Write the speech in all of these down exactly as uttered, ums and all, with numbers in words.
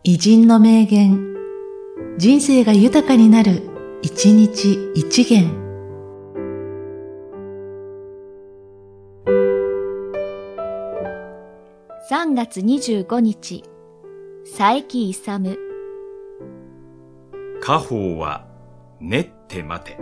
偉人の名言、人生が豊かになる、一日一元。 さんがつにじゅうごにち、佐伯勇。 家宝は練って待て。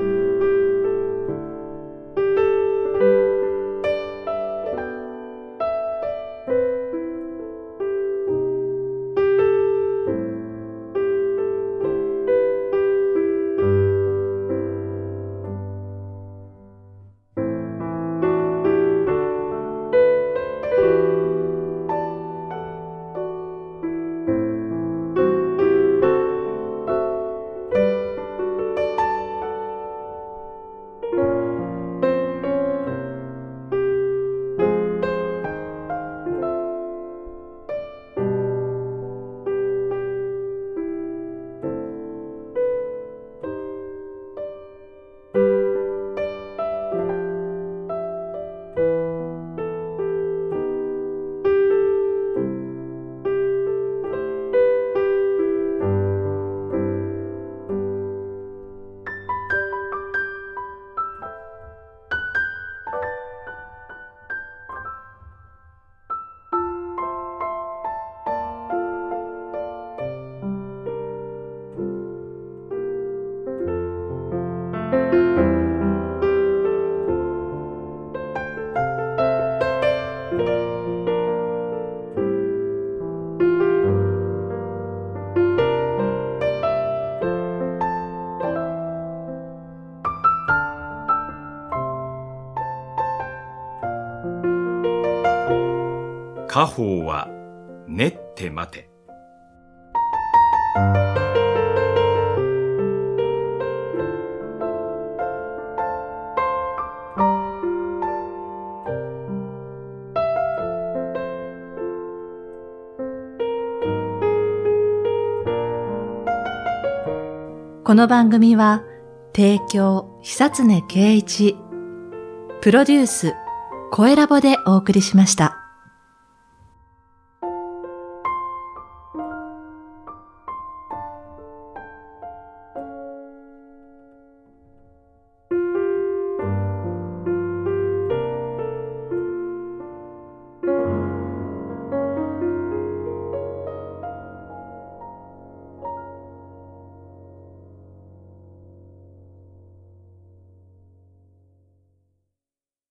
家宝は練って待て。 この番組は提供久常圭一、プロデュース声ラボでお送りしました。